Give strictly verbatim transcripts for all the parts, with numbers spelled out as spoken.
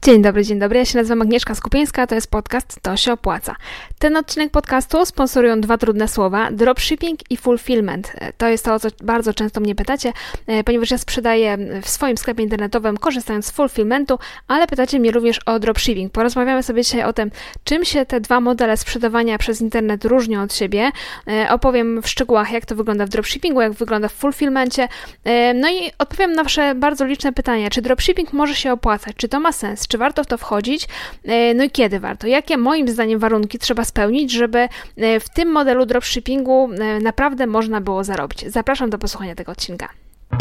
Dzień dobry, dzień dobry. Ja się nazywam Agnieszka Skupieńska, to jest podcast To się opłaca. Ten odcinek podcastu sponsorują dwa trudne słowa: dropshipping i fulfillment. To jest to, o co bardzo często mnie pytacie, ponieważ ja sprzedaję w swoim sklepie internetowym, korzystając z fulfillmentu, ale pytacie mnie również o dropshipping. Porozmawiamy sobie dzisiaj o tym, czym się te dwa modele sprzedawania przez internet różnią od siebie. Opowiem w szczegółach, jak to wygląda w dropshippingu, jak wygląda w fulfillmencie. No i odpowiem na wasze bardzo liczne pytania, czy dropshipping może się opłacać, czy to ma sens, czy warto w to wchodzić, no i kiedy warto, jakie moim zdaniem warunki trzeba spełnić, żeby w tym modelu dropshippingu naprawdę można było zarobić. Zapraszam do posłuchania tego odcinka.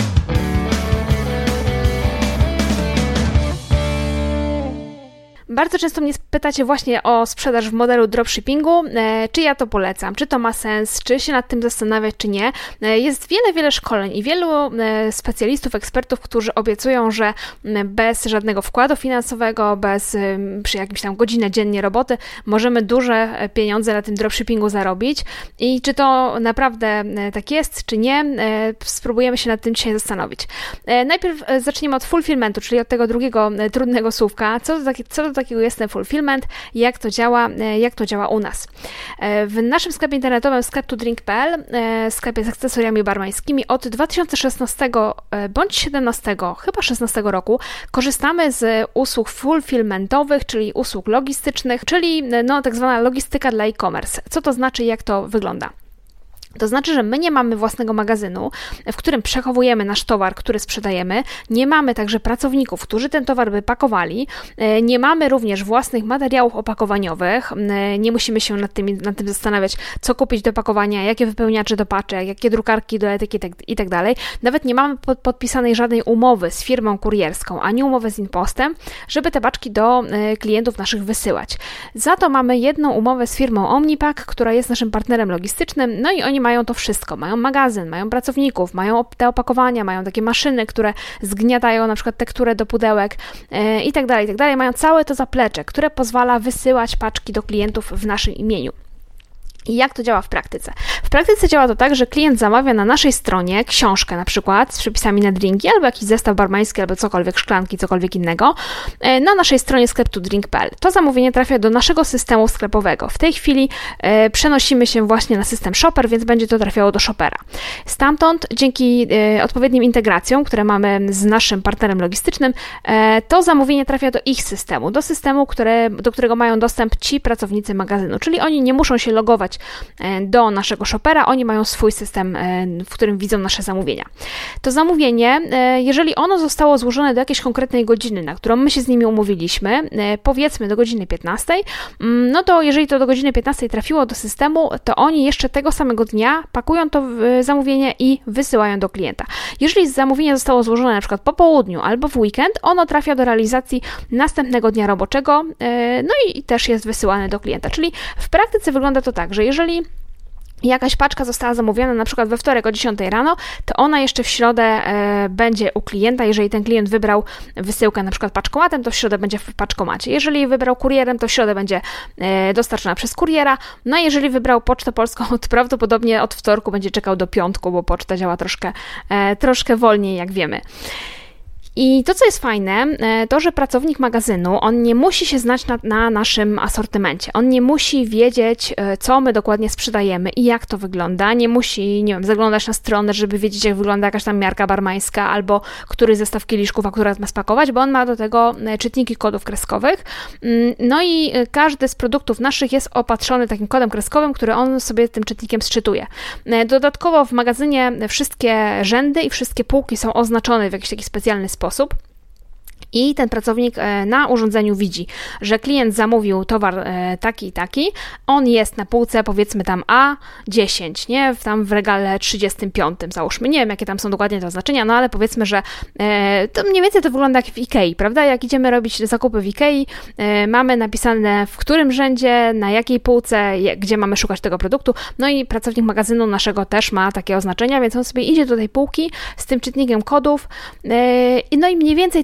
Bardzo często mnie pytacie właśnie o sprzedaż w modelu dropshippingu, e, czy ja to polecam, czy to ma sens, czy się nad tym zastanawiać, czy nie. E, jest wiele, wiele szkoleń i wielu e, specjalistów, ekspertów, którzy obiecują, że bez żadnego wkładu finansowego, bez e, przy jakimś tam godzinę dziennie roboty możemy duże pieniądze na tym dropshippingu zarobić. I czy to naprawdę tak jest, czy nie, e, spróbujemy się nad tym dzisiaj zastanowić. E, najpierw zaczniemy od fulfillmentu, czyli od tego drugiego e, trudnego słówka. Co to takie, co to takiego jest ten fulfillment, jak to działa, jak to działa u nas. W naszym sklepie internetowym sklep to drink kropka p l, sklepie z akcesoriami barmańskimi, od dwa tysiące szesnastego bądź siedemnastego, chyba szesnastego roku korzystamy z usług fulfillmentowych, czyli usług logistycznych, czyli no, tak zwana logistyka dla e-commerce. Co to znaczy, jak to wygląda? To znaczy, że my nie mamy własnego magazynu, w którym przechowujemy nasz towar, który sprzedajemy. Nie mamy także pracowników, którzy ten towar by pakowali. Nie mamy również własnych materiałów opakowaniowych. Nie musimy się nad tym, nad tym zastanawiać, co kupić do pakowania, jakie wypełniacze do paczek, jakie drukarki do etykietek i tak dalej. Nawet nie mamy pod, podpisanej żadnej umowy z firmą kurierską, ani umowy z InPostem, żeby te paczki do klientów naszych wysyłać. Za to mamy jedną umowę z firmą Omnipack, która jest naszym partnerem logistycznym, no i oni mają to wszystko. Mają magazyn, mają pracowników, mają te opakowania, mają takie maszyny, które zgniatają na przykład tekturę do pudełek yy, i tak dalej, i tak dalej. Mają całe to zaplecze, które pozwala wysyłać paczki do klientów w naszym imieniu. I jak to działa w praktyce? W praktyce działa to tak, że klient zamawia na naszej stronie książkę na przykład z przepisami na drinki, albo jakiś zestaw barmański, albo cokolwiek, szklanki, cokolwiek innego, na naszej stronie sklep to drink kropka p l. To zamówienie trafia do naszego systemu sklepowego. W tej chwili e, przenosimy się właśnie na system Shopper, więc będzie to trafiało do Shoppera. Stamtąd, dzięki e, odpowiednim integracjom, które mamy z naszym partnerem logistycznym, e, to zamówienie trafia do ich systemu, do systemu, które, do którego mają dostęp ci pracownicy magazynu, czyli oni nie muszą się logować do naszego Shoppera, oni mają swój system, w którym widzą nasze zamówienia. To zamówienie, jeżeli ono zostało złożone do jakiejś konkretnej godziny, na którą my się z nimi umówiliśmy, powiedzmy do godziny piętnastej, no to jeżeli to do godziny piętnastej trafiło do systemu, to oni jeszcze tego samego dnia pakują to zamówienie i wysyłają do klienta. Jeżeli zamówienie zostało złożone na przykład po południu albo w weekend, ono trafia do realizacji następnego dnia roboczego, no i też jest wysyłane do klienta. Czyli w praktyce wygląda to tak, że jeżeli jakaś paczka została zamówiona na przykład we wtorek o dziesiątej rano, to ona jeszcze w środę e, będzie u klienta. Jeżeli ten klient wybrał wysyłkę na przykład paczkomatem, to w środę będzie w paczkomacie. Jeżeli wybrał kurierem, to w środę będzie e, dostarczona przez kuriera. No a jeżeli wybrał Pocztę Polską, to prawdopodobnie od wtorku będzie czekał do piątku, bo poczta działa troszkę, e, troszkę wolniej, jak wiemy. I to, co jest fajne, to, że pracownik magazynu, on nie musi się znać na, na naszym asortymencie. On nie musi wiedzieć, co my dokładnie sprzedajemy i jak to wygląda. Nie musi, nie wiem, zaglądać na stronę, żeby wiedzieć, jak wygląda jakaś tam miarka barmańska albo który zestaw kieliszków akurat ma spakować, bo on ma do tego czytniki kodów kreskowych. No i każdy z produktów naszych jest opatrzony takim kodem kreskowym, który on sobie tym czytnikiem sczytuje. Dodatkowo w magazynie wszystkie rzędy i wszystkie półki są oznaczone w jakiś taki specjalny sposób. I ten pracownik na urządzeniu widzi, że klient zamówił towar taki i taki, on jest na półce powiedzmy tam A dziesięć, nie? Tam w regale trzydziestym piątym załóżmy, nie wiem jakie tam są dokładnie te oznaczenia, no ale powiedzmy, że to mniej więcej to wygląda jak w Ikei, prawda? Jak idziemy robić zakupy w Ikei, mamy napisane w którym rzędzie, na jakiej półce, gdzie mamy szukać tego produktu, no i pracownik magazynu naszego też ma takie oznaczenia, więc on sobie idzie do tej półki z tym czytnikiem kodów, no i mniej więcej też wie,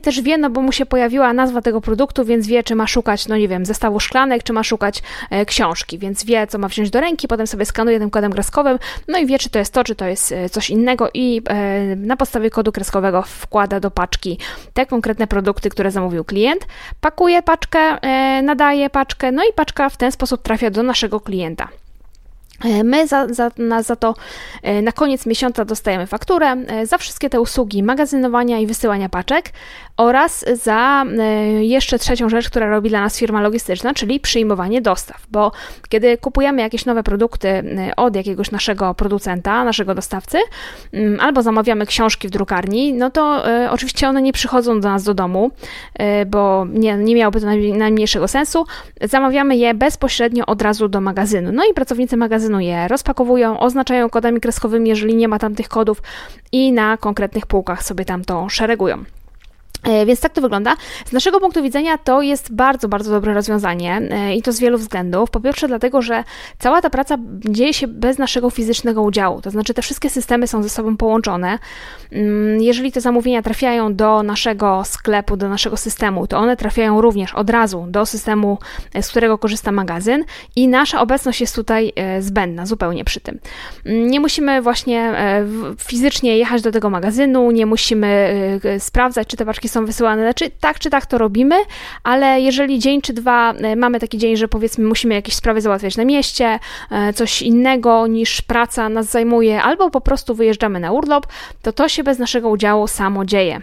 no bo mu się pojawiła nazwa tego produktu, więc wie, czy ma szukać, no nie wiem, zestawu szklanek, czy ma szukać e, książki, więc wie, co ma wziąć do ręki, potem sobie skanuje tym kodem kreskowym, no i wie, czy to jest to, czy to jest e, coś innego i e, na podstawie kodu kreskowego wkłada do paczki te konkretne produkty, które zamówił klient, pakuje paczkę, e, nadaje paczkę, no i paczka w ten sposób trafia do naszego klienta. My za, za, na, za to na koniec miesiąca dostajemy fakturę za wszystkie te usługi magazynowania i wysyłania paczek oraz za jeszcze trzecią rzecz, która robi dla nas firma logistyczna, czyli przyjmowanie dostaw, bo kiedy kupujemy jakieś nowe produkty od jakiegoś naszego producenta, naszego dostawcy, albo zamawiamy książki w drukarni, no to oczywiście one nie przychodzą do nas do domu, bo nie, nie miałoby to najmniejszego sensu. Zamawiamy je bezpośrednio od razu do magazynu. No i pracownicy magazynu je rozpakowują, oznaczają kodami kreskowymi, jeżeli nie ma tam tych kodów i na konkretnych półkach sobie tam to szeregują. Więc tak to wygląda. Z naszego punktu widzenia to jest bardzo, bardzo dobre rozwiązanie i to z wielu względów. Po pierwsze dlatego, że cała ta praca dzieje się bez naszego fizycznego udziału, to znaczy te wszystkie systemy są ze sobą połączone. Jeżeli te zamówienia trafiają do naszego sklepu, do naszego systemu, to one trafiają również od razu do systemu, z którego korzysta magazyn i nasza obecność jest tutaj zbędna zupełnie przy tym. Nie musimy właśnie fizycznie jechać do tego magazynu, nie musimy sprawdzać, czy te paczki są wysyłane, znaczy tak czy tak to robimy, ale jeżeli dzień czy dwa mamy taki dzień, że powiedzmy musimy jakieś sprawy załatwiać na mieście, coś innego niż praca nas zajmuje, albo po prostu wyjeżdżamy na urlop, to to się bez naszego udziału samo dzieje.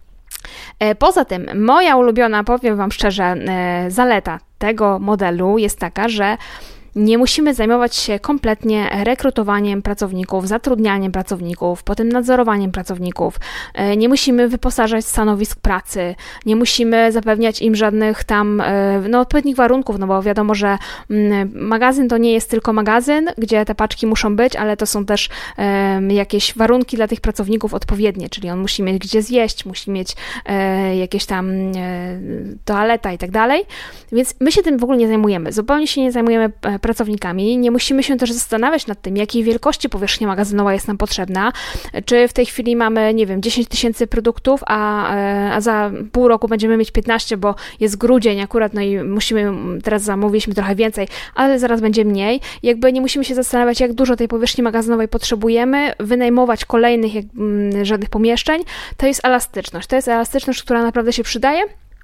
Poza tym moja ulubiona, powiem Wam szczerze, zaleta tego modelu jest taka, że nie musimy zajmować się kompletnie rekrutowaniem pracowników, zatrudnianiem pracowników, potem nadzorowaniem pracowników. Nie musimy wyposażać stanowisk pracy, nie musimy zapewniać im żadnych tam no, odpowiednich warunków, no bo wiadomo, że magazyn to nie jest tylko magazyn, gdzie te paczki muszą być, ale to są też um, jakieś warunki dla tych pracowników odpowiednie, czyli on musi mieć gdzie zjeść, musi mieć e, jakieś tam e, toaleta i tak dalej, więc my się tym w ogóle nie zajmujemy, zupełnie się nie zajmujemy pracownikami. Nie musimy się też zastanawiać nad tym, jakiej wielkości powierzchnia magazynowa jest nam potrzebna. Czy w tej chwili mamy, nie wiem, dziesięć tysięcy produktów, a, a za pół roku będziemy mieć piętnaście, bo jest grudzień akurat, no i musimy, teraz zamówiliśmy trochę więcej, ale zaraz będzie mniej. Jakby nie musimy się zastanawiać, jak dużo tej powierzchni magazynowej potrzebujemy, wynajmować kolejnych jak, m, żadnych pomieszczeń. To jest elastyczność. To jest elastyczność, która naprawdę się przydaje.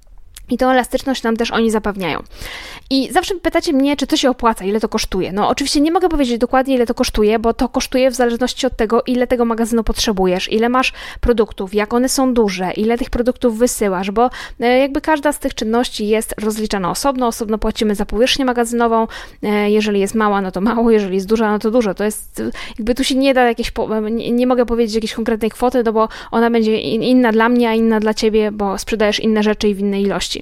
I tą elastyczność nam też oni zapewniają. I zawsze pytacie mnie, czy to się opłaca, ile to kosztuje. No oczywiście nie mogę powiedzieć dokładnie, ile to kosztuje, bo to kosztuje w zależności od tego, ile tego magazynu potrzebujesz, ile masz produktów, jak one są duże, ile tych produktów wysyłasz, bo jakby każda z tych czynności jest rozliczana osobno, osobno płacimy za powierzchnię magazynową, jeżeli jest mała, no to mało, jeżeli jest duża, no to dużo. To jest, jakby tu się nie da jakieś, nie, nie mogę powiedzieć jakiejś konkretnej kwoty, no bo ona będzie inna dla mnie, a inna dla ciebie, bo sprzedajesz inne rzeczy i w innej ilości.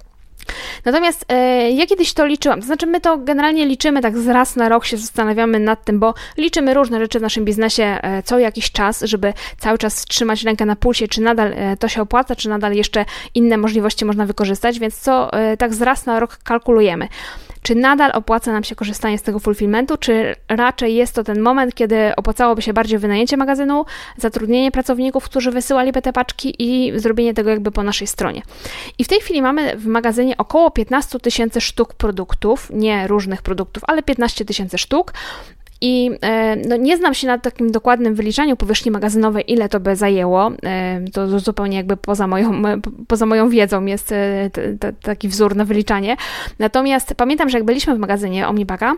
Natomiast e, ja kiedyś to liczyłam, to znaczy my to generalnie liczymy tak z raz na rok, się zastanawiamy nad tym, bo liczymy różne rzeczy w naszym biznesie e, co jakiś czas, żeby cały czas trzymać rękę na pulsie, czy nadal e, to się opłaca, czy nadal jeszcze inne możliwości można wykorzystać, więc co e, tak z raz na rok kalkulujemy. Czy nadal opłaca nam się korzystanie z tego fulfillmentu, czy raczej jest to ten moment, kiedy opłacałoby się bardziej wynajęcie magazynu, zatrudnienie pracowników, którzy wysyłaliby te paczki i zrobienie tego jakby po naszej stronie. I w tej chwili mamy w magazynie około piętnaście tysięcy sztuk produktów, nie różnych produktów, ale piętnaście tysięcy sztuk. I no, nie znam się na takim dokładnym wyliczaniu powierzchni magazynowej, ile to by zajęło. To zupełnie jakby poza moją, poza moją wiedzą jest t, t, taki wzór na wyliczanie. Natomiast pamiętam, że jak byliśmy w magazynie Omnipaka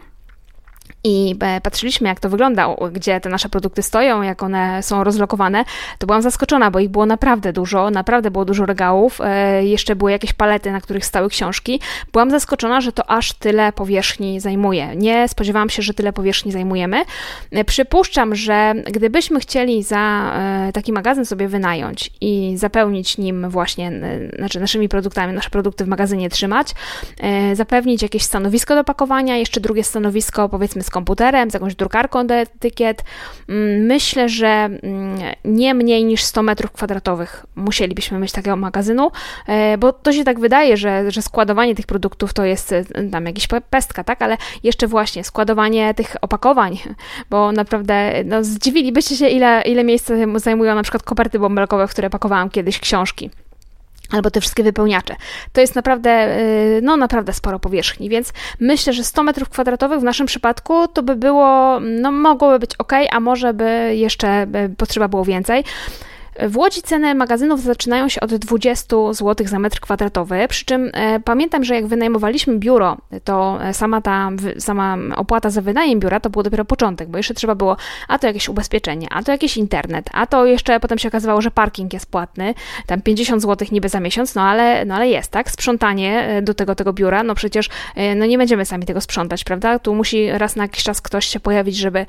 i patrzyliśmy, jak to wygląda, gdzie te nasze produkty stoją, jak one są rozlokowane, to byłam zaskoczona, bo ich było naprawdę dużo, naprawdę było dużo regałów, jeszcze były jakieś palety, na których stały książki. Byłam zaskoczona, że to aż tyle powierzchni zajmuje. Nie spodziewałam się, że tyle powierzchni zajmujemy. Przypuszczam, że gdybyśmy chcieli za taki magazyn sobie wynająć i zapełnić nim właśnie, znaczy naszymi produktami, nasze produkty w magazynie trzymać, zapewnić jakieś stanowisko do pakowania, jeszcze drugie stanowisko, powiedzmy z komputerem, z jakąś drukarką do etykiet. Myślę, że nie mniej niż sto metrów kwadratowych musielibyśmy mieć takiego magazynu, bo to się tak wydaje, że, że składowanie tych produktów to jest tam jakiś pestka, tak? Ale jeszcze właśnie składowanie tych opakowań, bo naprawdę no, zdziwilibyście się, ile, ile miejsca zajmują na przykład koperty bąbelkowe, w które pakowałam kiedyś książki. albo te wszystkie wypełniacze. To jest naprawdę, no naprawdę sporo powierzchni, więc myślę, że sto metrów kwadratowych w naszym przypadku to by było, no mogłoby być ok, a może by jeszcze potrzeba było więcej. W Łodzi ceny magazynów zaczynają się od dwadzieścia złotych za metr kwadratowy, przy czym e, pamiętam, że jak wynajmowaliśmy biuro, to sama ta sama opłata za wynajem biura to był dopiero początek, bo jeszcze trzeba było a to jakieś ubezpieczenie, a to jakiś internet, a to jeszcze potem się okazywało, że parking jest płatny, tam pięćdziesiąt złotych niby za miesiąc, no ale, no ale jest, tak? Sprzątanie do tego, tego biura, no przecież e, no nie będziemy sami tego sprzątać, prawda? Tu musi raz na jakiś czas ktoś się pojawić, żeby,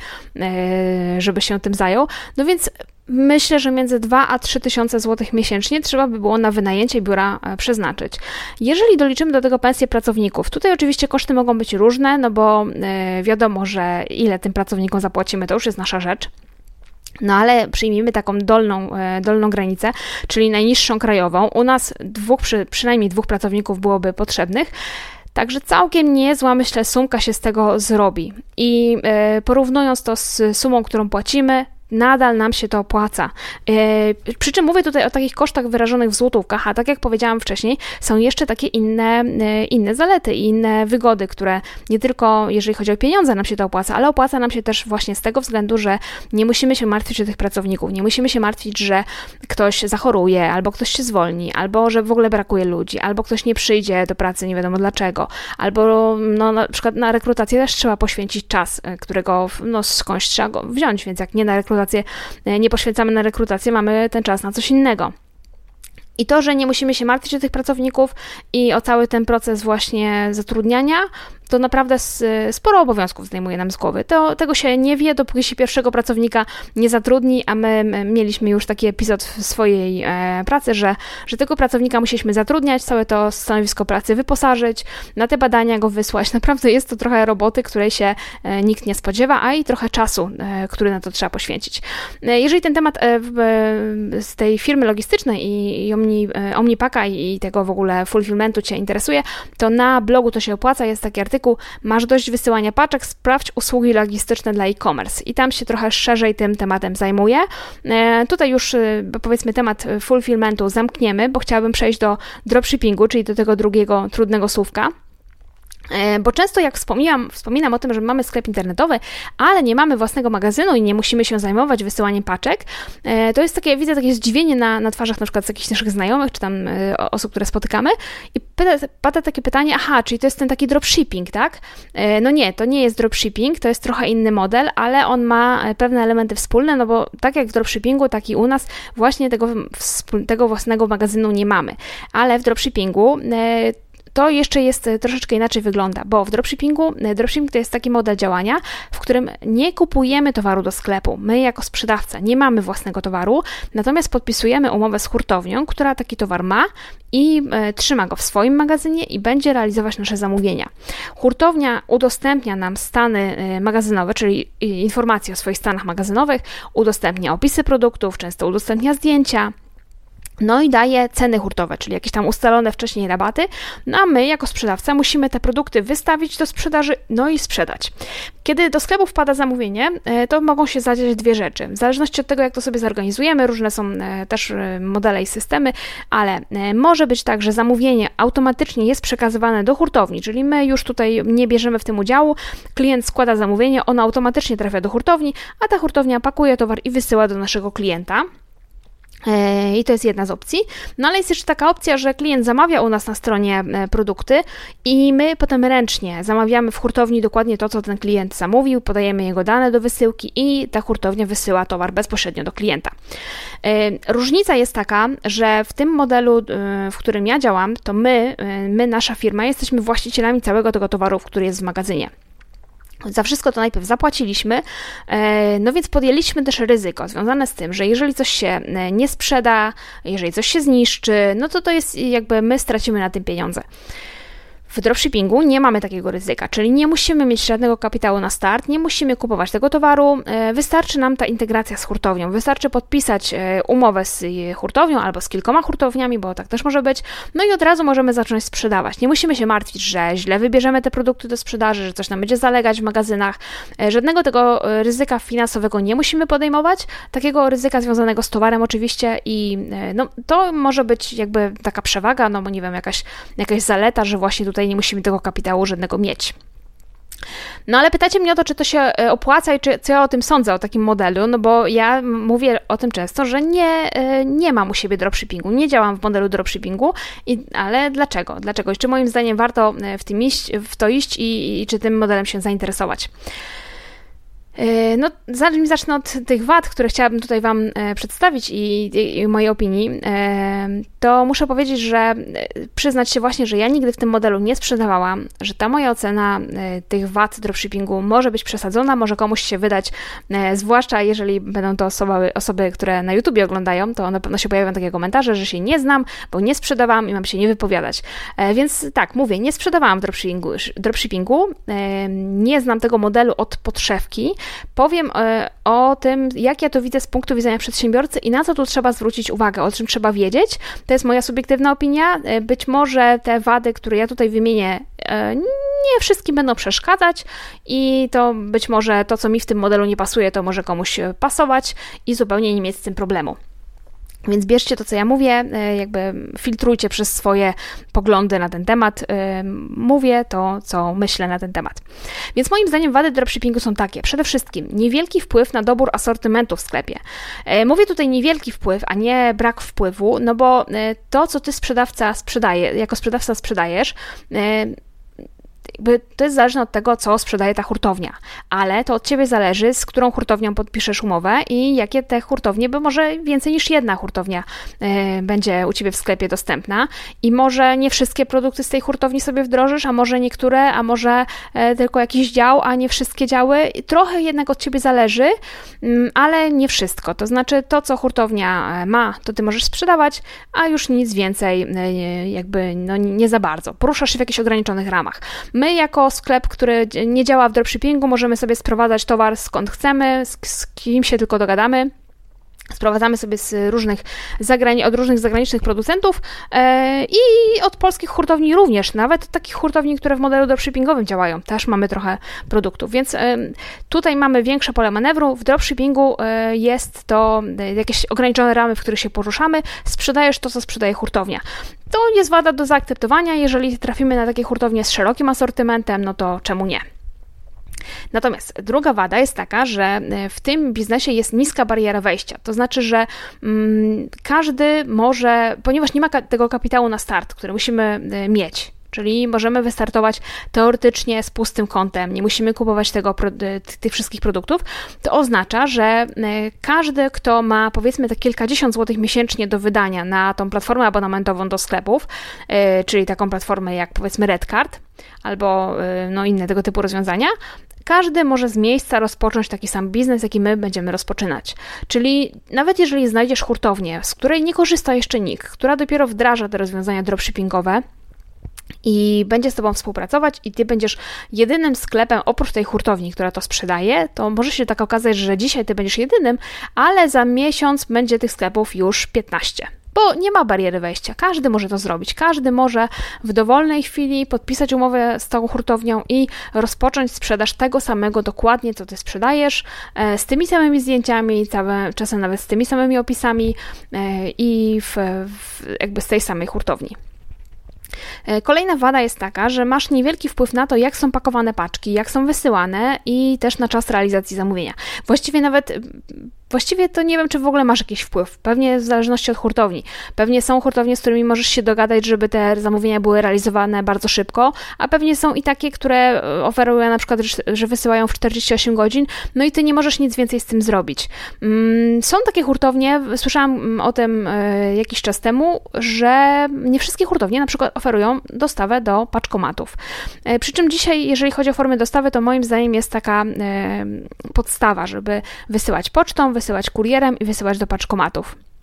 e, żeby się tym zajął, no więc myślę, że między dwa a trzy tysiące złotych miesięcznie trzeba by było na wynajęcie biura przeznaczyć. Jeżeli doliczymy do tego pensje pracowników, tutaj oczywiście koszty mogą być różne, no bo wiadomo, że ile tym pracownikom zapłacimy, to już jest nasza rzecz. No ale przyjmijmy taką dolną, dolną granicę, czyli najniższą krajową. U nas dwóch, przy, przynajmniej dwóch pracowników byłoby potrzebnych. Także całkiem niezła, myślę, sumka się z tego zrobi. I e, porównując to z sumą, którą płacimy, nadal nam się to opłaca. Yy, przy czym mówię tutaj o takich kosztach wyrażonych w złotówkach, a tak jak powiedziałam wcześniej, są jeszcze takie inne, yy, inne zalety i inne wygody, które nie tylko jeżeli chodzi o pieniądze nam się to opłaca, ale opłaca nam się też właśnie z tego względu, że nie musimy się martwić o tych pracowników, nie musimy się martwić, że ktoś zachoruje, albo ktoś się zwolni, albo że w ogóle brakuje ludzi, albo ktoś nie przyjdzie do pracy, nie wiadomo dlaczego, albo no, na przykład na rekrutację też trzeba poświęcić czas, którego no, skądś trzeba go wziąć, więc jak nie na rekrutację, nie poświęcamy na rekrutację, mamy ten czas na coś innego. I to, że nie musimy się martwić o tych pracowników i o cały ten proces właśnie zatrudniania, to naprawdę sporo obowiązków zdejmuje nam z głowy. To, tego się nie wie, dopóki się pierwszego pracownika nie zatrudni, a my, my mieliśmy już taki epizod w swojej e, pracy, że, że tego pracownika musieliśmy zatrudniać, całe to stanowisko pracy wyposażyć, na te badania go wysłać. Naprawdę jest to trochę roboty, której się e, nikt nie spodziewa, a i trochę czasu, e, który na to trzeba poświęcić. E, jeżeli ten temat e, w, e, z tej firmy logistycznej i, i Omni, e, Omnipaka i, i tego w ogóle fulfillmentu Cię interesuje, to na blogu To się opłaca, jest taki artykuł, masz dość wysyłania paczek, sprawdź usługi logistyczne dla e-commerce. I tam się trochę szerzej tym tematem zajmuję. E, tutaj już e, powiedzmy temat fulfillmentu zamkniemy, bo chciałabym przejść do dropshippingu, czyli do tego drugiego trudnego słówka. Bo często jak wspominam, wspominam o tym, że mamy sklep internetowy, ale nie mamy własnego magazynu i nie musimy się zajmować wysyłaniem paczek, to jest takie, widzę takie zdziwienie na, na twarzach na przykład z jakichś naszych znajomych, czy tam osób, które spotykamy i pada, pada takie pytanie, aha, czyli to jest ten taki dropshipping, tak? No nie, to nie jest dropshipping, to jest trochę inny model, ale on ma pewne elementy wspólne, no bo tak jak w dropshippingu, tak i u nas właśnie tego, tego własnego magazynu nie mamy, ale w dropshippingu to jeszcze jest troszeczkę inaczej wygląda, bo w dropshippingu, dropshipping to jest taki model działania, w którym nie kupujemy towaru do sklepu. My jako sprzedawca nie mamy własnego towaru, natomiast podpisujemy umowę z hurtownią, która taki towar ma i e, trzyma go w swoim magazynie i będzie realizować nasze zamówienia. Hurtownia udostępnia nam stany e, magazynowe, czyli informacje o swoich stanach magazynowych, udostępnia opisy produktów, często udostępnia zdjęcia, no i daje ceny hurtowe, czyli jakieś tam ustalone wcześniej rabaty, no a my jako sprzedawca musimy te produkty wystawić do sprzedaży, no i sprzedać. Kiedy do sklepu wpada zamówienie, to mogą się zadziać dwie rzeczy. W zależności od tego, jak to sobie zorganizujemy, różne są też modele i systemy, ale może być tak, że zamówienie automatycznie jest przekazywane do hurtowni, czyli my już tutaj nie bierzemy w tym udziału, klient składa zamówienie, ono automatycznie trafia do hurtowni, a ta hurtownia pakuje towar i wysyła do naszego klienta. I to jest jedna z opcji. No ale jest jeszcze taka opcja, że klient zamawia u nas na stronie produkty i my potem ręcznie zamawiamy w hurtowni dokładnie to, co ten klient zamówił, podajemy jego dane do wysyłki i ta hurtownia wysyła towar bezpośrednio do klienta. Różnica jest taka, że w tym modelu, w którym ja działam, to my, my nasza firma, jesteśmy właścicielami całego tego towaru, który jest w magazynie. Za wszystko to najpierw zapłaciliśmy, no więc podjęliśmy też ryzyko związane z tym, że jeżeli coś się nie sprzeda, jeżeli coś się zniszczy, no to to jest jakby my stracimy na tym pieniądze. W dropshippingu nie mamy takiego ryzyka, czyli nie musimy mieć żadnego kapitału na start, nie musimy kupować tego towaru, wystarczy nam ta integracja z hurtownią, wystarczy podpisać umowę z hurtownią albo z kilkoma hurtowniami, bo tak też może być, no i od razu możemy zacząć sprzedawać. Nie musimy się martwić, że źle wybierzemy te produkty do sprzedaży, że coś nam będzie zalegać w magazynach, żadnego tego ryzyka finansowego nie musimy podejmować, takiego ryzyka związanego z towarem oczywiście i no, to może być jakby taka przewaga, no bo nie wiem, jakaś, jakaś zaleta, że właśnie tutaj nie musimy tego kapitału żadnego mieć. No ale pytacie mnie o to, czy to się opłaca i czy, co ja o tym sądzę, o takim modelu, no bo ja mówię o tym często, że nie, nie mam u siebie dropshippingu, nie działam w modelu dropshippingu, i, ale dlaczego? Dlaczego? I czy moim zdaniem warto w, tym iść, w to iść i, i czy tym modelem się zainteresować? No, zanim zacznę od tych wad, które chciałabym tutaj Wam przedstawić i, i, i mojej opinii, to muszę powiedzieć, że przyznać się właśnie, że ja nigdy w tym modelu nie sprzedawałam, że ta moja ocena tych wad dropshippingu może być przesadzona, może komuś się wydać, zwłaszcza jeżeli będą to osoby, osoby, które na YouTubie oglądają, to na pewno się pojawią takie komentarze, że się nie znam, bo nie sprzedawałam i mam się nie wypowiadać. Więc tak, mówię, nie sprzedawałam w dropshippingu, dropshippingu, nie znam tego modelu od podszewki. Powiem o tym, jak ja to widzę z punktu widzenia przedsiębiorcy i na co tu trzeba zwrócić uwagę, o czym trzeba wiedzieć. To jest moja subiektywna opinia. Być może te wady, które ja tutaj wymienię, nie wszystkim będą przeszkadzać i to być może to, co mi w tym modelu nie pasuje, to może komuś pasować i zupełnie nie mieć z tym problemu. Więc bierzcie to, co ja mówię, jakby filtrujcie przez swoje poglądy na ten temat. Mówię to, co myślę na ten temat. Więc moim zdaniem wady dropshippingu są takie. Przede wszystkim niewielki wpływ na dobór asortymentu w sklepie. Mówię tutaj niewielki wpływ, a nie brak wpływu, no bo to, co ty sprzedawca sprzedaje, jako sprzedawca sprzedajesz, jakby to jest zależne od tego, co sprzedaje ta hurtownia, ale to od Ciebie zależy, z którą hurtownią podpiszesz umowę i jakie te hurtownie, bo może więcej niż jedna hurtownia y, będzie u Ciebie w sklepie dostępna i może nie wszystkie produkty z tej hurtowni sobie wdrożysz, a może niektóre, a może y, tylko jakiś dział, a nie wszystkie działy. Trochę jednak od Ciebie zależy, y, ale nie wszystko. To znaczy to, co hurtownia ma, to Ty możesz sprzedawać, a już nic więcej y, jakby no, nie za bardzo. Poruszasz się w jakichś ograniczonych ramach. My jako sklep, który nie działa w dropshippingu, możemy sobie sprowadzać towar skąd chcemy, z, z kim się tylko dogadamy. Sprowadzamy sobie z różnych zagrani- od różnych zagranicznych producentów e, i od polskich hurtowni również, nawet takich hurtowni, które w modelu dropshippingowym działają, też mamy trochę produktów, więc e, tutaj mamy większe pole manewru. W dropshippingu e, jest to e, jakieś ograniczone ramy, w których się poruszamy, sprzedajesz to, co sprzedaje hurtownia. To jest wada do zaakceptowania, jeżeli trafimy na takie hurtownie z szerokim asortymentem, no to czemu nie? Natomiast druga wada jest taka, że w tym biznesie jest niska bariera wejścia. To znaczy, że mm, każdy może, ponieważ nie ma ka- tego kapitału na start, który musimy y, mieć, czyli możemy wystartować teoretycznie z pustym kontem, nie musimy kupować tego, tych wszystkich produktów, to oznacza, że każdy, kto ma powiedzmy te kilkadziesiąt złotych miesięcznie do wydania na tą platformę abonamentową do sklepów, czyli taką platformę jak powiedzmy Redcard albo no, inne tego typu rozwiązania, każdy może z miejsca rozpocząć taki sam biznes, jaki my będziemy rozpoczynać. Czyli nawet jeżeli znajdziesz hurtownię, z której nie korzysta jeszcze nikt, która dopiero wdraża te rozwiązania dropshippingowe, i będzie z Tobą współpracować i Ty będziesz jedynym sklepem oprócz tej hurtowni, która to sprzedaje, to może się tak okazać, że dzisiaj Ty będziesz jedynym, ale za miesiąc będzie tych sklepów już piętnaście. Bo nie ma bariery wejścia. Każdy może to zrobić. Każdy może w dowolnej chwili podpisać umowę z tą hurtownią i rozpocząć sprzedaż tego samego dokładnie, co Ty sprzedajesz, z tymi samymi zdjęciami, czasem nawet z tymi samymi opisami i w, w, jakby z tej samej hurtowni. Kolejna wada jest taka, że masz niewielki wpływ na to, jak są pakowane paczki, jak są wysyłane i też na czas realizacji zamówienia. Właściwie nawet, właściwie to nie wiem, czy w ogóle masz jakiś wpływ, pewnie w zależności od hurtowni. Pewnie są hurtownie, z którymi możesz się dogadać, żeby te zamówienia były realizowane bardzo szybko, a pewnie są i takie, które oferują na przykład, że wysyłają w czterdzieści osiem godzin, no i Ty nie możesz nic więcej z tym zrobić. Są takie hurtownie, słyszałam o tym jakiś czas temu, że nie wszystkie hurtownie na przykład oferują dostawę do paczkomatów. Przy czym dzisiaj, jeżeli chodzi o formę dostawy, to moim zdaniem jest taka podstawa, żeby wysyłać pocztą, wysyłać kurierem i wysyłać do paczkomatów.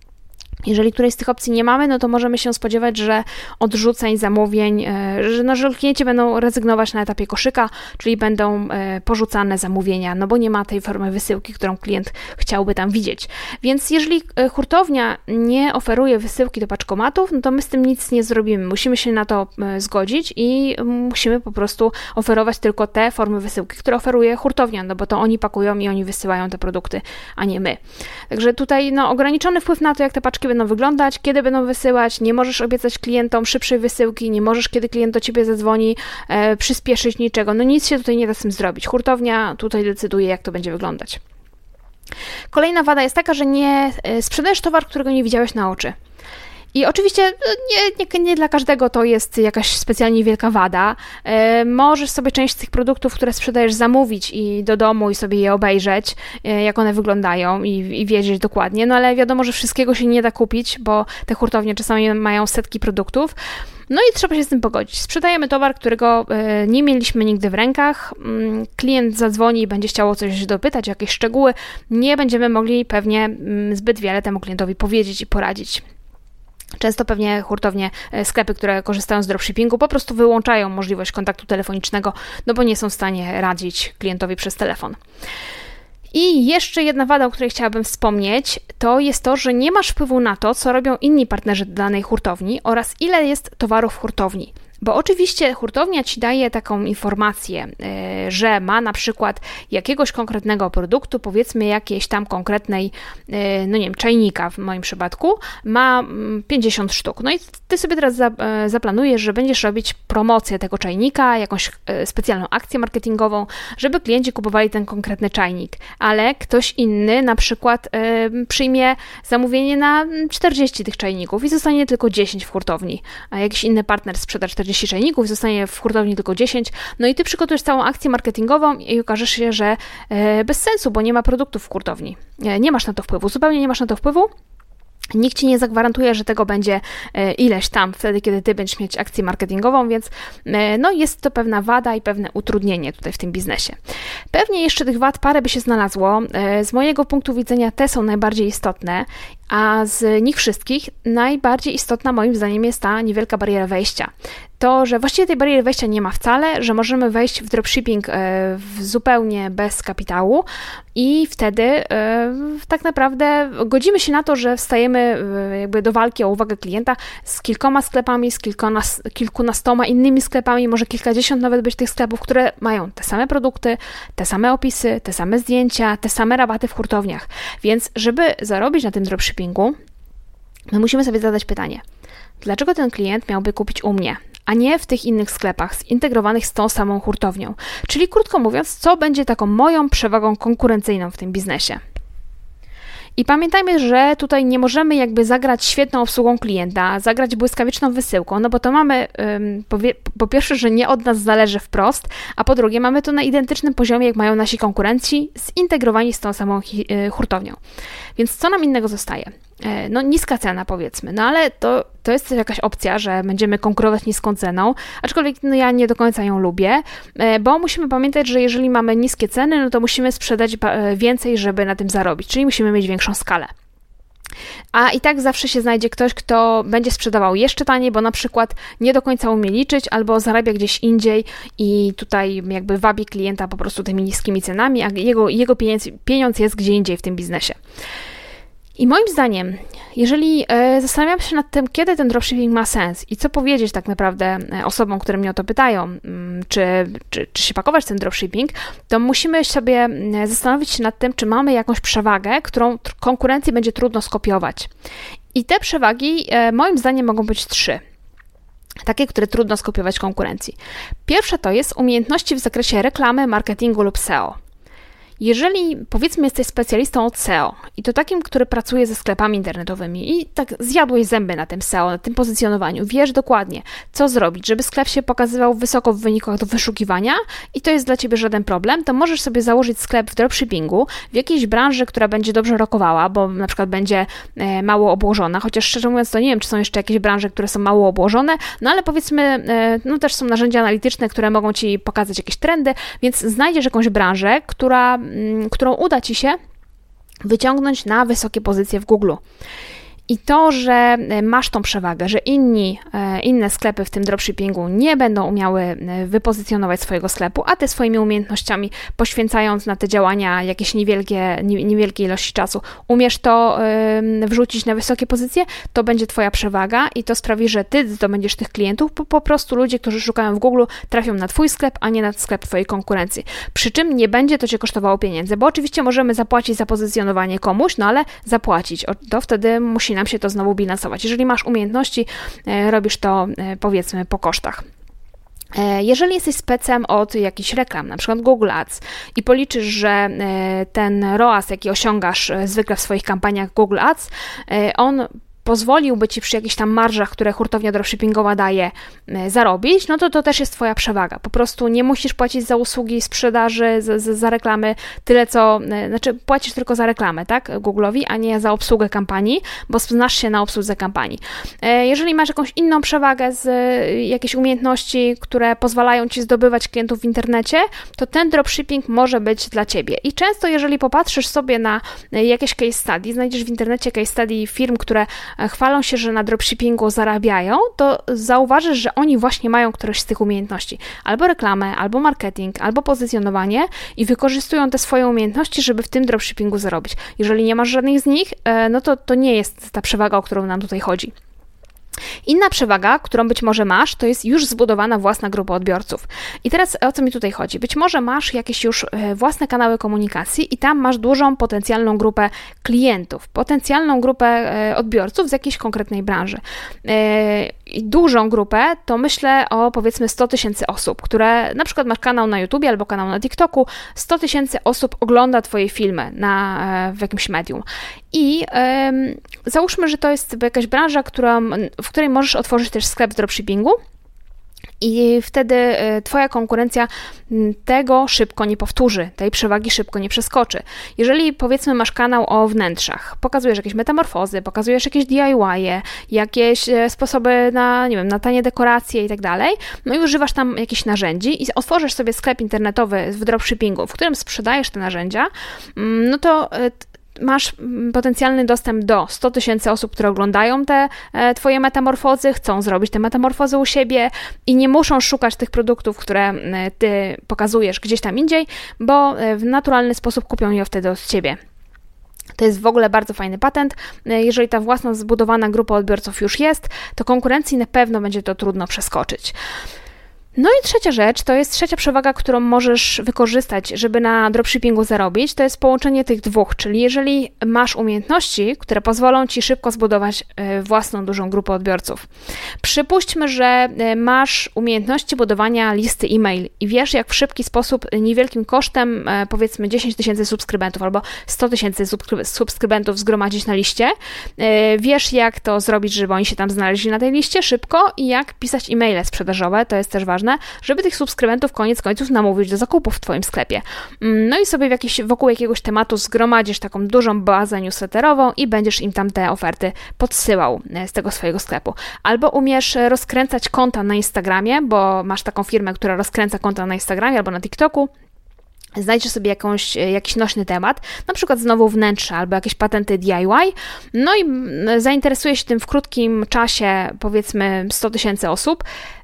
Jeżeli którejś z tych opcji nie mamy, no to możemy się spodziewać, że odrzuceń, zamówień, że, no, że klienci będą rezygnować na etapie koszyka, czyli będą porzucane zamówienia, no bo nie ma tej formy wysyłki, którą klient chciałby tam widzieć. Więc jeżeli hurtownia nie oferuje wysyłki do paczkomatów, no to my z tym nic nie zrobimy. Musimy się na to zgodzić i musimy po prostu oferować tylko te formy wysyłki, które oferuje hurtownia, no bo to oni pakują i oni wysyłają te produkty, a nie my. Także tutaj no, ograniczony wpływ na to, jak te paczki będą wyglądać, kiedy będą wysyłać, nie możesz obiecać klientom szybszej wysyłki, nie możesz, kiedy klient do ciebie zadzwoni, e, przyspieszyć niczego. No nic się tutaj nie da z tym zrobić. Hurtownia tutaj decyduje, jak to będzie wyglądać. Kolejna wada jest taka, że nie sprzedajesz towar, którego nie widziałeś na oczy. I oczywiście nie, nie, nie dla każdego to jest jakaś specjalnie wielka wada. E, możesz sobie część z tych produktów, które sprzedajesz, zamówić i do domu i sobie je obejrzeć, e, jak one wyglądają i, i wiedzieć dokładnie, no ale wiadomo, że wszystkiego się nie da kupić, bo te hurtownie czasami mają setki produktów. No i trzeba się z tym pogodzić. Sprzedajemy towar, którego e, nie mieliśmy nigdy w rękach. Mm, klient zadzwoni i będzie chciał o coś dopytać, o jakieś szczegóły. Nie będziemy mogli pewnie mm, zbyt wiele temu klientowi powiedzieć i poradzić. Często pewnie hurtownie, sklepy, które korzystają z dropshippingu, po prostu wyłączają możliwość kontaktu telefonicznego, no bo nie są w stanie radzić klientowi przez telefon. I jeszcze jedna wada, o której chciałabym wspomnieć, to jest to, że nie masz wpływu na to, co robią inni partnerzy danej hurtowni oraz ile jest towarów w hurtowni. Bo oczywiście hurtownia ci daje taką informację, że ma na przykład jakiegoś konkretnego produktu, powiedzmy jakiejś tam konkretnej, no nie wiem, czajnika w moim przypadku, ma pięćdziesiąt sztuk. No i ty sobie teraz zaplanujesz, że będziesz robić promocję tego czajnika, jakąś specjalną akcję marketingową, żeby klienci kupowali ten konkretny czajnik, ale ktoś inny na przykład przyjmie zamówienie na czterdzieści tych czajników i zostanie tylko dziesięć w hurtowni, a jakiś inny partner sprzeda czterdzieści czajników, zostanie w hurtowni tylko dziesięć, no i ty przygotujesz całą akcję marketingową i okaże się, że e, bez sensu, bo nie ma produktów w hurtowni. E, nie masz na to wpływu, zupełnie nie masz na to wpływu. Nikt ci nie zagwarantuje, że tego będzie ileś tam wtedy, kiedy ty będziesz mieć akcję marketingową, więc no jest to pewna wada i pewne utrudnienie tutaj w tym biznesie. Pewnie jeszcze tych wad parę by się znalazło. Z mojego punktu widzenia te są najbardziej istotne, a z nich wszystkich najbardziej istotna moim zdaniem jest ta niewielka bariera wejścia. To, że właściwie tej bariery wejścia nie ma wcale, że możemy wejść w dropshipping zupełnie bez kapitału i wtedy tak naprawdę godzimy się na to, że wstajemy jakby do walki o uwagę klienta z kilkoma sklepami, z kilkunas, kilkunastoma innymi sklepami, może kilkadziesiąt nawet być tych sklepów, które mają te same produkty, te same opisy, te same zdjęcia, te same rabaty w hurtowniach. Więc żeby zarobić na tym dropshippingu, my musimy sobie zadać pytanie, dlaczego ten klient miałby kupić u mnie, a nie w tych innych sklepach zintegrowanych z tą samą hurtownią. Czyli krótko mówiąc, co będzie taką moją przewagą konkurencyjną w tym biznesie. I pamiętajmy, że tutaj nie możemy jakby zagrać świetną obsługą klienta, zagrać błyskawiczną wysyłką, no bo to mamy ym, po, po pierwsze, że nie od nas zależy wprost, a po drugie mamy to na identycznym poziomie, jak mają nasi konkurenci, zintegrowani z tą samą hi, y, hurtownią. Więc co nam innego zostaje? No niska cena powiedzmy, no ale to, to jest jakaś opcja, że będziemy konkurować niską ceną, aczkolwiek no, ja nie do końca ją lubię, bo musimy pamiętać, że jeżeli mamy niskie ceny, no to musimy sprzedać więcej, żeby na tym zarobić, czyli musimy mieć większą skalę. A i tak zawsze się znajdzie ktoś, kto będzie sprzedawał jeszcze taniej, bo na przykład nie do końca umie liczyć albo zarabia gdzieś indziej i tutaj jakby wabi klienta po prostu tymi niskimi cenami, a jego, jego pieniądz, pieniądz jest gdzie indziej w tym biznesie. I moim zdaniem, jeżeli e, zastanawiam się nad tym, kiedy ten dropshipping ma sens i co powiedzieć tak naprawdę osobom, które mnie o to pytają, m, czy, czy, czy się pakować w ten dropshipping, to musimy sobie zastanowić się nad tym, czy mamy jakąś przewagę, którą tr- konkurencji będzie trudno skopiować. I te przewagi e, moim zdaniem mogą być trzy. Takie, które trudno skopiować konkurencji. Pierwsza to jest umiejętności w zakresie reklamy, marketingu lub S E O. Jeżeli, powiedzmy, jesteś specjalistą od S E O i to takim, który pracuje ze sklepami internetowymi i tak zjadłeś zęby na tym S E O, na tym pozycjonowaniu, wiesz dokładnie, co zrobić, żeby sklep się pokazywał wysoko w wynikach do wyszukiwania i to jest dla Ciebie żaden problem, to możesz sobie założyć sklep w dropshippingu w jakiejś branży, która będzie dobrze rokowała, bo na przykład będzie e, mało obłożona, chociaż szczerze mówiąc to nie wiem, czy są jeszcze jakieś branże, które są mało obłożone, no ale powiedzmy, e, no też są narzędzia analityczne, które mogą Ci pokazać jakieś trendy, więc znajdziesz jakąś branżę, która którą uda Ci się wyciągnąć na wysokie pozycje w Google. I to, że masz tą przewagę, że inni, inne sklepy w tym dropshippingu nie będą umiały wypozycjonować swojego sklepu, a ty swoimi umiejętnościami, poświęcając na te działania jakieś niewielkie, niewielkie ilości czasu, umiesz to wrzucić na wysokie pozycje, to będzie twoja przewaga i to sprawi, że ty zdobędziesz tych klientów, bo po prostu ludzie, którzy szukają w Google, trafią na twój sklep, a nie na sklep twojej konkurencji. Przy czym nie będzie to cię kosztowało pieniędzy, bo oczywiście możemy zapłacić za pozycjonowanie komuś, no ale zapłacić, to wtedy musi nam się to znowu bilansować. Jeżeli masz umiejętności, robisz to powiedzmy po kosztach. Jeżeli jesteś specem od jakichś reklam, na przykład Google Ads i policzysz, że ten R O A S, jaki osiągasz zwykle w swoich kampaniach Google Ads, on pozwoliłby ci przy jakichś tam marżach, które hurtownia dropshippingowa daje, zarobić, no to to też jest twoja przewaga. Po prostu nie musisz płacić za usługi sprzedaży, za, za, za reklamy tyle, co, znaczy płacisz tylko za reklamę, tak, Google'owi, a nie za obsługę kampanii, bo znasz się na obsłudze kampanii. Jeżeli masz jakąś inną przewagę z jakiejś umiejętności, które pozwalają ci zdobywać klientów w internecie, to ten dropshipping może być dla ciebie. I często, jeżeli popatrzysz sobie na jakieś case study, znajdziesz w internecie case study firm, które chwalą się, że na dropshippingu zarabiają, to zauważysz, że oni właśnie mają któreś z tych umiejętności. Albo reklamę, albo marketing, albo pozycjonowanie i wykorzystują te swoje umiejętności, żeby w tym dropshippingu zarobić. Jeżeli nie masz żadnych z nich, no to to nie jest ta przewaga, o którą nam tutaj chodzi. Inna przewaga, którą być może masz, to jest już zbudowana własna grupa odbiorców. I teraz o co mi tutaj chodzi? Być może masz jakieś już własne kanały komunikacji i tam masz dużą potencjalną grupę klientów, potencjalną grupę odbiorców z jakiejś konkretnej branży. I dużą grupę to myślę o powiedzmy sto tysięcy osób, które na przykład masz kanał na YouTubie albo kanał na TikToku, sto tysięcy osób ogląda twoje filmy na, w jakimś medium. I ym, załóżmy, że to jest jakaś branża, która, w której możesz otworzyć też sklep w dropshippingu i wtedy twoja konkurencja tego szybko nie powtórzy, tej przewagi szybko nie przeskoczy. Jeżeli powiedzmy masz kanał o wnętrzach, pokazujesz jakieś metamorfozy, pokazujesz jakieś D I Y, jakieś sposoby na, nie wiem, na tanie dekoracje i tak dalej, no i używasz tam jakichś narzędzi i otworzysz sobie sklep internetowy w dropshippingu, w którym sprzedajesz te narzędzia, no to masz potencjalny dostęp do stu tysięcy osób, które oglądają te e, twoje metamorfozy, chcą zrobić te metamorfozy u siebie i nie muszą szukać tych produktów, które e, ty pokazujesz gdzieś tam indziej, bo e, w naturalny sposób kupią je wtedy od ciebie. To jest w ogóle bardzo fajny patent. Jeżeli ta własna zbudowana grupa odbiorców już jest, to konkurencji na pewno będzie to trudno przeskoczyć. No i trzecia rzecz, to jest trzecia przewaga, którą możesz wykorzystać, żeby na dropshippingu zarobić, to jest połączenie tych dwóch, czyli jeżeli masz umiejętności, które pozwolą ci szybko zbudować własną dużą grupę odbiorców. Przypuśćmy, że masz umiejętności budowania listy e-mail i wiesz, jak w szybki sposób, niewielkim kosztem, powiedzmy dziesięć tysięcy subskrybentów albo sto tysięcy subskrybentów zgromadzić na liście, wiesz, jak to zrobić, żeby oni się tam znaleźli na tej liście szybko i jak pisać e-maile sprzedażowe, to jest też ważne, żeby tych subskrybentów koniec końców namówić do zakupów w twoim sklepie. No i sobie w jakiś, wokół jakiegoś tematu zgromadzisz taką dużą bazę newsletterową i będziesz im tam te oferty podsyłał z tego swojego sklepu. Albo umiesz rozkręcać konta na Instagramie, bo masz taką firmę, która rozkręca konta na Instagramie albo na TikToku. Znajdziesz sobie jakąś, jakiś nośny temat, na przykład znowu wnętrze albo jakieś patenty D I Y, no i zainteresuje się tym w krótkim czasie, powiedzmy sto tysięcy osób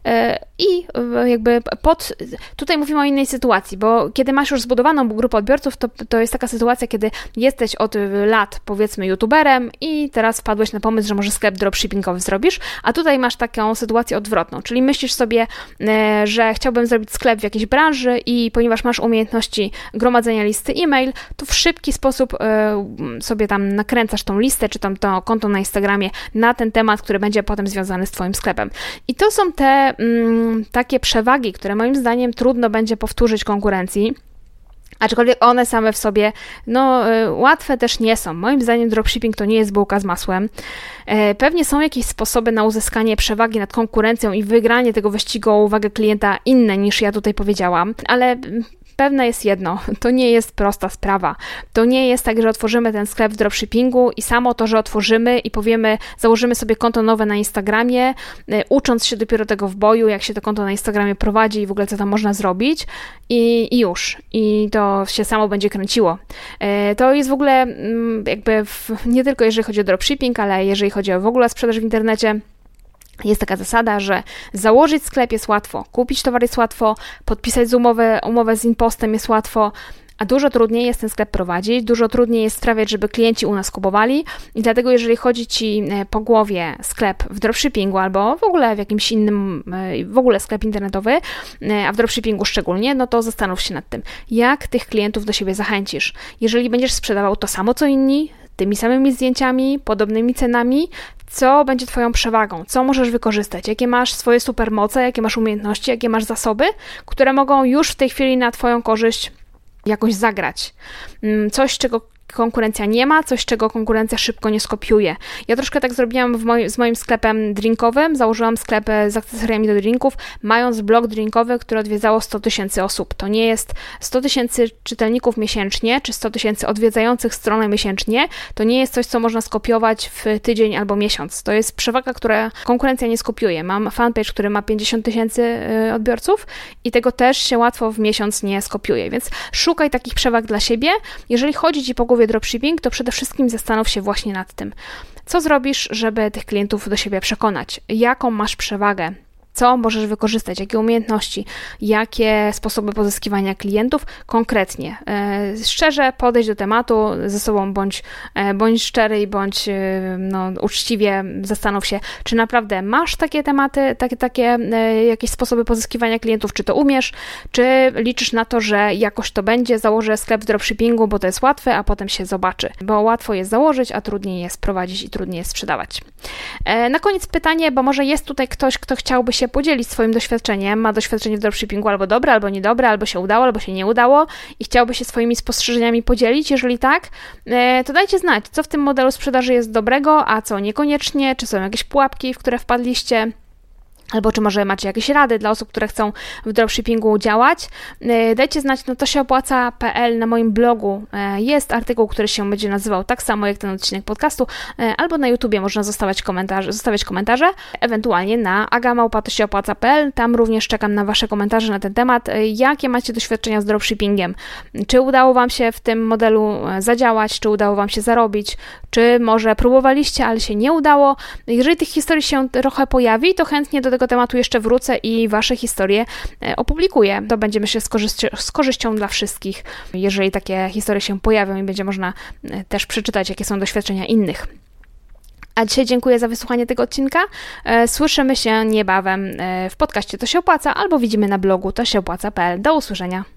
i jakby pod, tutaj mówimy o innej sytuacji, bo kiedy masz już zbudowaną grupę odbiorców, to, to jest taka sytuacja, kiedy jesteś od lat, powiedzmy, youtuberem i teraz wpadłeś na pomysł, że może sklep dropshippingowy zrobisz, a tutaj masz taką sytuację odwrotną, czyli myślisz sobie, że chciałbym zrobić sklep w jakiejś branży i ponieważ masz umiejętności gromadzenia listy e-mail, to w szybki sposób sobie tam nakręcasz tą listę, czy tam to konto na Instagramie na ten temat, który będzie potem związany z twoim sklepem. I to są te mm, takie przewagi, które moim zdaniem trudno będzie powtórzyć konkurencji, aczkolwiek one same w sobie, no, y, łatwe też nie są. Moim zdaniem dropshipping to nie jest bułka z masłem. E, pewnie są jakieś sposoby na uzyskanie przewagi nad konkurencją i wygranie tego wyścigu o uwagę klienta inne niż ja tutaj powiedziałam, ale pewne jest jedno, to nie jest prosta sprawa. To nie jest tak, że otworzymy ten sklep w dropshippingu i samo to, że otworzymy i powiemy, założymy sobie konto nowe na Instagramie, ucząc się dopiero tego w boju, jak się to konto na Instagramie prowadzi i w ogóle co tam można zrobić i, i już. I to to się samo będzie kręciło. To jest w ogóle jakby w, nie tylko jeżeli chodzi o dropshipping, ale jeżeli chodzi o w ogóle sprzedaż w internecie. Jest taka zasada, że założyć sklep jest łatwo, kupić towar jest łatwo, podpisać umowę, umowę z impostem jest łatwo, a dużo trudniej jest ten sklep prowadzić, dużo trudniej jest sprawiać, żeby klienci u nas kupowali i dlatego jeżeli chodzi Ci po głowie sklep w dropshippingu albo w ogóle w jakimś innym, w ogóle sklep internetowy, a w dropshippingu szczególnie, no to zastanów się nad tym, jak tych klientów do siebie zachęcisz. Jeżeli będziesz sprzedawał to samo co inni, tymi samymi zdjęciami, podobnymi cenami, co będzie Twoją przewagą, co możesz wykorzystać, jakie masz swoje supermoce, jakie masz umiejętności, jakie masz zasoby, które mogą już w tej chwili na Twoją korzyść jakoś zagrać. Coś, czego konkurencja nie ma, coś, czego konkurencja szybko nie skopiuje. Ja troszkę tak zrobiłam w moj, z moim sklepem drinkowym, założyłam sklep z akcesoriami do drinków, mając blog drinkowy, który odwiedzało sto tysięcy osób. To nie jest sto tysięcy czytelników miesięcznie, czy sto tysięcy odwiedzających stronę miesięcznie, to nie jest coś, co można skopiować w tydzień albo miesiąc. To jest przewaga, która konkurencja nie skopiuje. Mam fanpage, który ma pięćdziesiąt tysięcy odbiorców i tego też się łatwo w miesiąc nie skopiuje, więc szukaj takich przewag dla siebie. Jeżeli chodzi Ci po głowie dropshipping, to przede wszystkim zastanów się właśnie nad tym, co zrobisz, żeby tych klientów do siebie przekonać, jaką masz przewagę, co możesz wykorzystać, jakie umiejętności, jakie sposoby pozyskiwania klientów konkretnie. Szczerze podejść do tematu, ze sobą bądź, bądź szczery i bądź no, uczciwie zastanów się, czy naprawdę masz takie tematy, takie, takie jakieś sposoby pozyskiwania klientów, czy to umiesz, czy liczysz na to, że jakoś to będzie, założę sklep w dropshippingu, bo to jest łatwe, a potem się zobaczy, bo łatwo jest założyć, a trudniej jest prowadzić i trudniej jest sprzedawać. Na koniec pytanie, bo może jest tutaj ktoś, kto chciałby się podzielić swoim doświadczeniem, ma doświadczenie w dropshippingu albo dobre, albo niedobre, albo się udało, albo się nie udało i chciałby się swoimi spostrzeżeniami podzielić. Jeżeli tak, to dajcie znać, co w tym modelu sprzedaży jest dobrego, a co niekoniecznie, czy są jakieś pułapki, w które wpadliście, albo czy może macie jakieś rady dla osób, które chcą w dropshippingu działać. Dajcie znać na to się opłaca kropka pe el, na moim blogu jest artykuł, który się będzie nazywał tak samo jak ten odcinek podcastu, albo na YouTubie można zostawiać komentarze, zostawiać komentarze, ewentualnie na aga małpa to się opłaca kropka pe el, tam również czekam na Wasze komentarze na ten temat, jakie macie doświadczenia z dropshippingiem, czy udało Wam się w tym modelu zadziałać, czy udało Wam się zarobić, czy może próbowaliście, ale się nie udało. Jeżeli tych historii się trochę pojawi, to chętnie do tego tematu jeszcze wrócę i Wasze historie opublikuję. To będzie, myślę, z, korzyści, z korzyścią dla wszystkich, jeżeli takie historie się pojawią i będzie można też przeczytać, jakie są doświadczenia innych. A dzisiaj dziękuję za wysłuchanie tego odcinka. Słyszymy się niebawem w podcaście To się opłaca albo widzimy na blogu to się opłaca kropka pe el. Do usłyszenia.